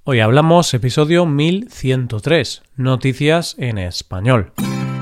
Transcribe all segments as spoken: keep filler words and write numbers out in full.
Hoy hablamos episodio mil ciento tres, Noticias en Español.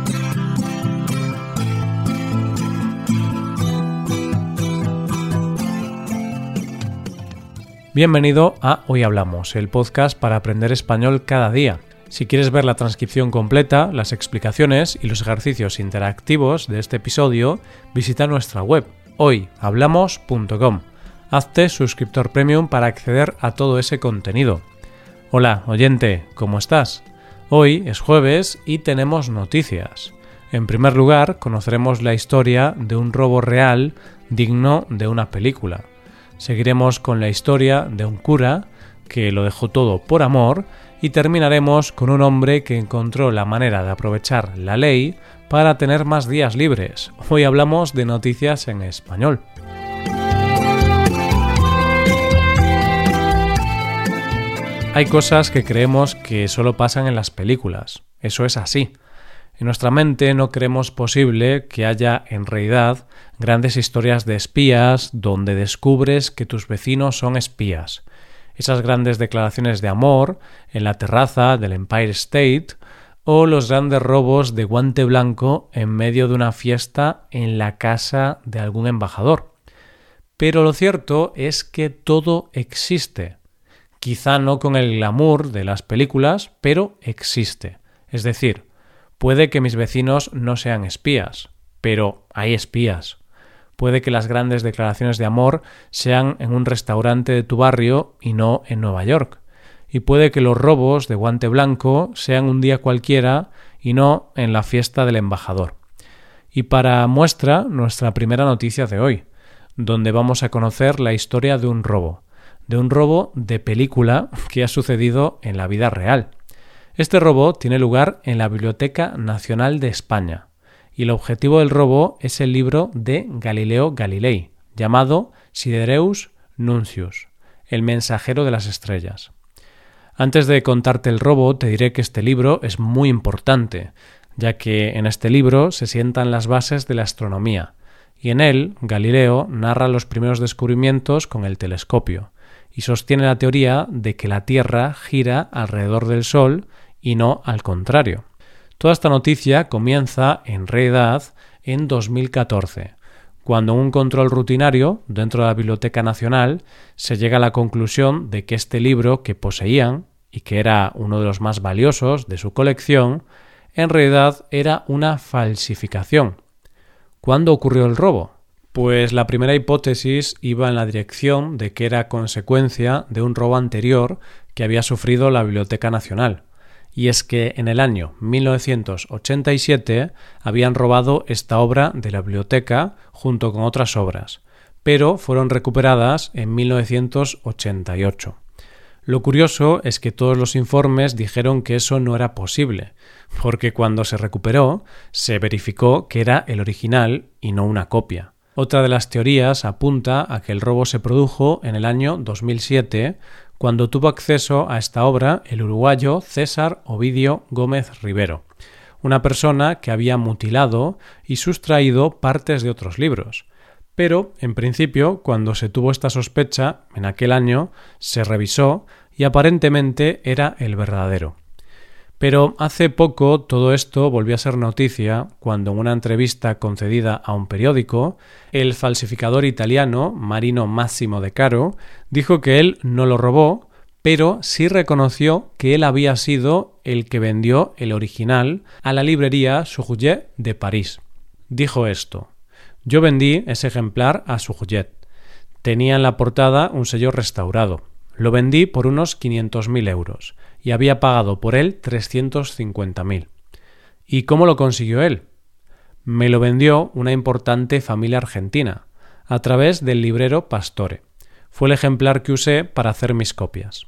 Bienvenido a Hoy Hablamos, el podcast para aprender español cada día. Si quieres ver la transcripción completa, las explicaciones y los ejercicios interactivos de este episodio, visita nuestra web hoy hablamos punto com. Hazte suscriptor premium para acceder a todo ese contenido. Hola, oyente, ¿cómo estás? Hoy es jueves y tenemos noticias. En primer lugar, conoceremos la historia de un robo real digno de una película. Seguiremos con la historia de un cura que lo dejó todo por amor y terminaremos con un hombre que encontró la manera de aprovechar la ley para tener más días libres. Hoy hablamos de noticias en español. Hay cosas que creemos que solo pasan en las películas. Eso es así. En nuestra mente no creemos posible que haya en realidad grandes historias de espías donde descubres que tus vecinos son espías. Esas grandes declaraciones de amor en la terraza del Empire State o los grandes robos de guante blanco en medio de una fiesta en la casa de algún embajador. Pero lo cierto es que todo existe. Quizá no con el glamour de las películas, pero existe. Es decir, puede que mis vecinos no sean espías, pero hay espías. Puede que las grandes declaraciones de amor sean en un restaurante de tu barrio y no en Nueva York. Y puede que los robos de guante blanco sean un día cualquiera y no en la fiesta del embajador. Y para muestra, nuestra primera noticia de hoy, donde vamos a conocer la historia de un robo. De un robo de película que ha sucedido en la vida real. Este robo tiene lugar en la Biblioteca Nacional de España y el objetivo del robo es el libro de Galileo Galilei, llamado Sidereus Nuncius, el mensajero de las estrellas. Antes de contarte el robo, te diré que este libro es muy importante, ya que en este libro se sientan las bases de la astronomía y en él Galileo narra los primeros descubrimientos con el telescopio y sostiene la teoría de que la Tierra gira alrededor del Sol y no al contrario. Toda esta noticia comienza, en realidad, en dos mil catorce, cuando en un control rutinario dentro de la Biblioteca Nacional se llega a la conclusión de que este libro que poseían, y que era uno de los más valiosos de su colección, en realidad era una falsificación. ¿Cuándo ocurrió el robo? Pues la primera hipótesis iba en la dirección de que era consecuencia de un robo anterior que había sufrido la Biblioteca Nacional. Y es que en el año mil novecientos ochenta y siete habían robado esta obra de la biblioteca junto con otras obras, pero fueron recuperadas en mil novecientos ochenta y ocho. Lo curioso es que todos los informes dijeron que eso no era posible, porque cuando se recuperó se verificó que era el original y no una copia. Otra de las teorías apunta a que el robo se produjo en el año dos mil siete, cuando tuvo acceso a esta obra el uruguayo César Ovidio Gómez Rivero, una persona que había mutilado y sustraído partes de otros libros. Pero, en principio, cuando se tuvo esta sospecha, en aquel año, se revisó y aparentemente era el verdadero. Pero hace poco todo esto volvió a ser noticia cuando en una entrevista concedida a un periódico, el falsificador italiano Marino Massimo De Caro dijo que él no lo robó, pero sí reconoció que él había sido el que vendió el original a la librería Sujet de París. Dijo esto: yo vendí ese ejemplar a Sujet. Tenía en la portada un sello restaurado. Lo vendí por unos quinientos mil euros y había pagado por él trescientos cincuenta mil. ¿Y cómo lo consiguió él? Me lo vendió una importante familia argentina, a través del librero Pastore. Fue el ejemplar que usé para hacer mis copias.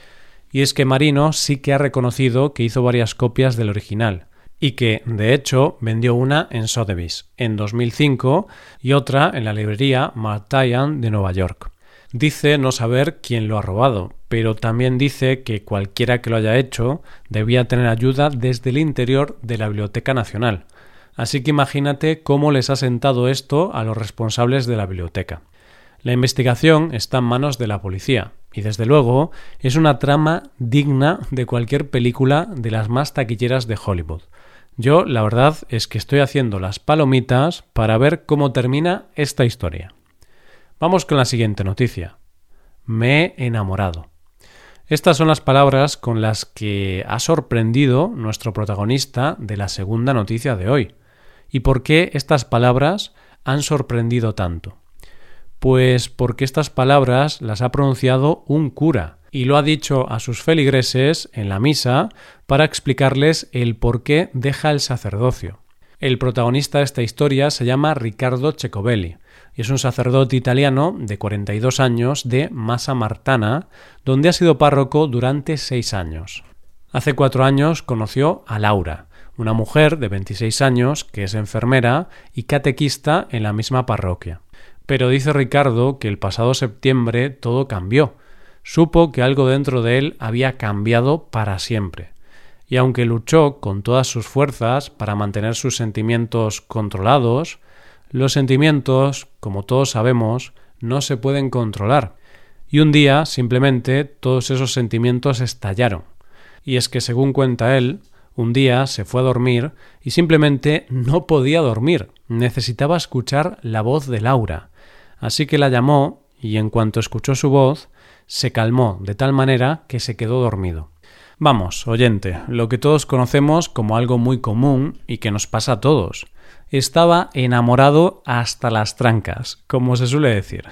Y es que Marino sí que ha reconocido que hizo varias copias del original, y que, de hecho, vendió una en Sotheby's en dos mil cinco y otra en la librería Martayan de Nueva York. Dice no saber quién lo ha robado, pero también dice que cualquiera que lo haya hecho debía tener ayuda desde el interior de la Biblioteca Nacional. Así que imagínate cómo les ha sentado esto a los responsables de la biblioteca. La investigación está en manos de la policía y desde luego es una trama digna de cualquier película de las más taquilleras de Hollywood. Yo, la verdad, es que estoy haciendo las palomitas para ver cómo termina esta historia. Vamos con la siguiente noticia. Me he enamorado. Estas son las palabras con las que ha sorprendido nuestro protagonista de la segunda noticia de hoy. ¿Y por qué estas palabras han sorprendido tanto? Pues porque estas palabras las ha pronunciado un cura y lo ha dicho a sus feligreses en la misa para explicarles el por qué deja el sacerdocio. El protagonista de esta historia se llama Riccardo Ceccovelli y es un sacerdote italiano de cuarenta y dos años de Massa Martana, donde ha sido párroco durante seis años. Hace cuatro años conoció a Laura, una mujer de veintiséis años que es enfermera y catequista en la misma parroquia. Pero dice Ricardo que el pasado septiembre todo cambió. Supo que algo dentro de él había cambiado para siempre. Y aunque luchó con todas sus fuerzas para mantener sus sentimientos controlados, los sentimientos, como todos sabemos, no se pueden controlar. Y un día, simplemente, todos esos sentimientos estallaron. Y es que, según cuenta él, un día se fue a dormir y simplemente no podía dormir. Necesitaba escuchar la voz de Laura. Así que la llamó y en cuanto escuchó su voz, se calmó de tal manera que se quedó dormido. Vamos, oyente, lo que todos conocemos como algo muy común y que nos pasa a todos. Estaba enamorado hasta las trancas, como se suele decir.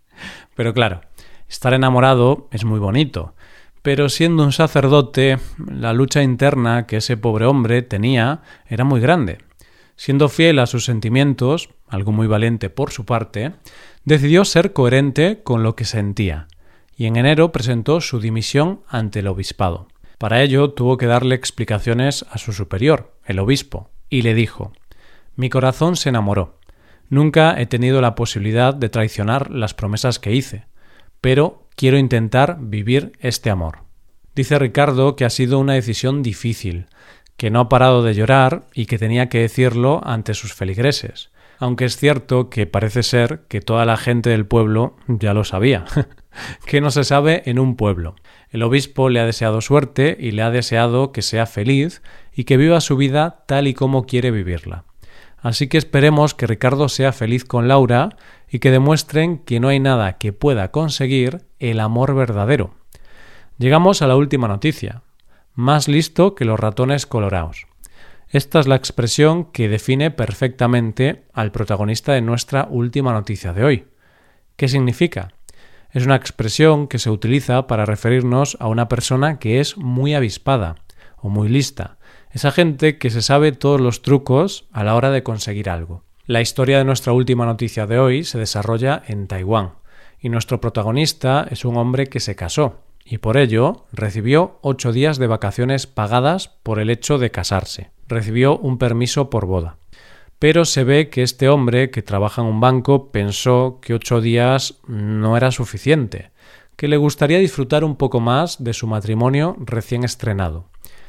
Pero claro, estar enamorado es muy bonito, pero siendo un sacerdote, la lucha interna que ese pobre hombre tenía era muy grande. Siendo fiel a sus sentimientos, algo muy valiente por su parte, decidió ser coherente con lo que sentía y en enero presentó su dimisión ante el obispado. Para ello tuvo que darle explicaciones a su superior, el obispo, y le dijo: «Mi corazón se enamoró. Nunca he tenido la posibilidad de traicionar las promesas que hice, pero quiero intentar vivir este amor». Dice Ricardo que ha sido una decisión difícil, que no ha parado de llorar y que tenía que decirlo ante sus feligreses, aunque es cierto que parece ser que toda la gente del pueblo ya lo sabía. ¿Qué no se sabe en un pueblo? El obispo le ha deseado suerte y le ha deseado que sea feliz y que viva su vida tal y como quiere vivirla. Así que esperemos que Ricardo sea feliz con Laura y que demuestren que no hay nada que pueda conseguir el amor verdadero. Llegamos a la última noticia. Más listo que los ratones colorados. Esta es la expresión que define perfectamente al protagonista de nuestra última noticia de hoy. ¿Qué significa? Es una expresión que se utiliza para referirnos a una persona que es muy avispada o muy lista. Esa gente que se sabe todos los trucos a la hora de conseguir algo. La historia de nuestra última noticia de hoy se desarrolla en Taiwán y nuestro protagonista es un hombre que se casó y por ello recibió ocho días de vacaciones pagadas por el hecho de casarse. Recibió un permiso por boda. Pero se ve que este hombre que trabaja en un banco pensó que ocho días no era suficiente, que le gustaría disfrutar un poco más de su matrimonio recién estrenado.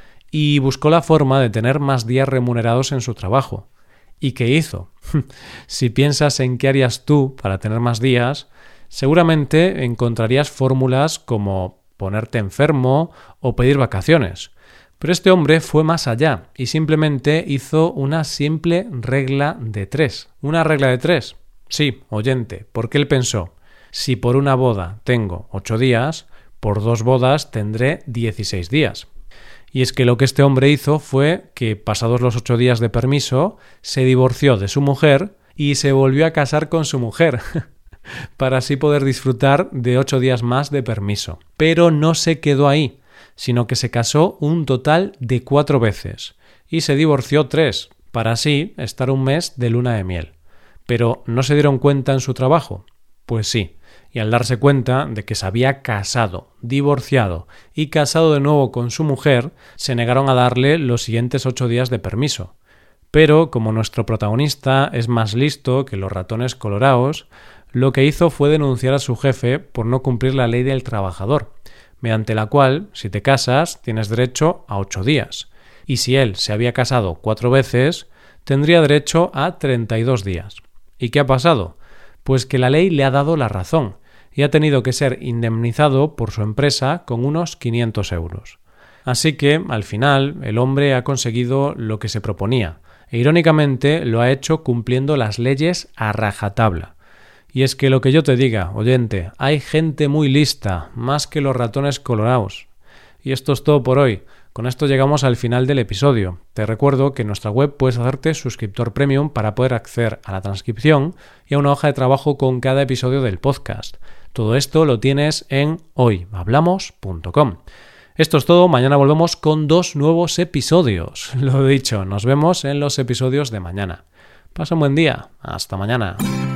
Y buscó la forma de tener más días remunerados en su trabajo. ¿Y qué hizo? Si piensas en qué harías tú para tener más días, seguramente encontrarías fórmulas como ponerte enfermo o pedir vacaciones. Pero este hombre fue más allá y simplemente hizo una simple regla de tres. ¿Una regla de tres? Sí, oyente, porque él pensó, si por una boda tengo ocho días, por dos bodas tendré dieciséis días. Y es que lo que este hombre hizo fue que, pasados los ocho días de permiso, se divorció de su mujer y se volvió a casar con su mujer, para así poder disfrutar de ocho días más de permiso. Pero no se quedó ahí, sino que se casó un total de cuatro veces y se divorció tres, para así estar un mes de luna de miel. ¿Pero no se dieron cuenta en su trabajo? Pues sí, y al darse cuenta de que se había casado, divorciado y casado de nuevo con su mujer, se negaron a darle los siguientes ocho días de permiso. Pero, como nuestro protagonista es más listo que los ratones colorados, lo que hizo fue denunciar a su jefe por no cumplir la ley del trabajador, mediante la cual, si te casas, tienes derecho a ocho días. Y si él se había casado cuatro veces, tendría derecho a treinta y dos días. ¿Y qué ha pasado? Pues que la ley le ha dado la razón, y ha tenido que ser indemnizado por su empresa con unos quinientos euros. Así que, al final, el hombre ha conseguido lo que se proponía, e irónicamente lo ha hecho cumpliendo las leyes a rajatabla. Y es que lo que yo te diga, oyente, hay gente muy lista, más que los ratones colorados. Y esto es todo por hoy. Con esto llegamos al final del episodio. Te recuerdo que en nuestra web puedes hacerte suscriptor premium para poder acceder a la transcripción y a una hoja de trabajo con cada episodio del podcast. Todo esto lo tienes en hoy hablamos punto com. Esto es todo, mañana volvemos con dos nuevos episodios. Lo dicho, nos vemos en los episodios de mañana. Pasa un buen día, hasta mañana.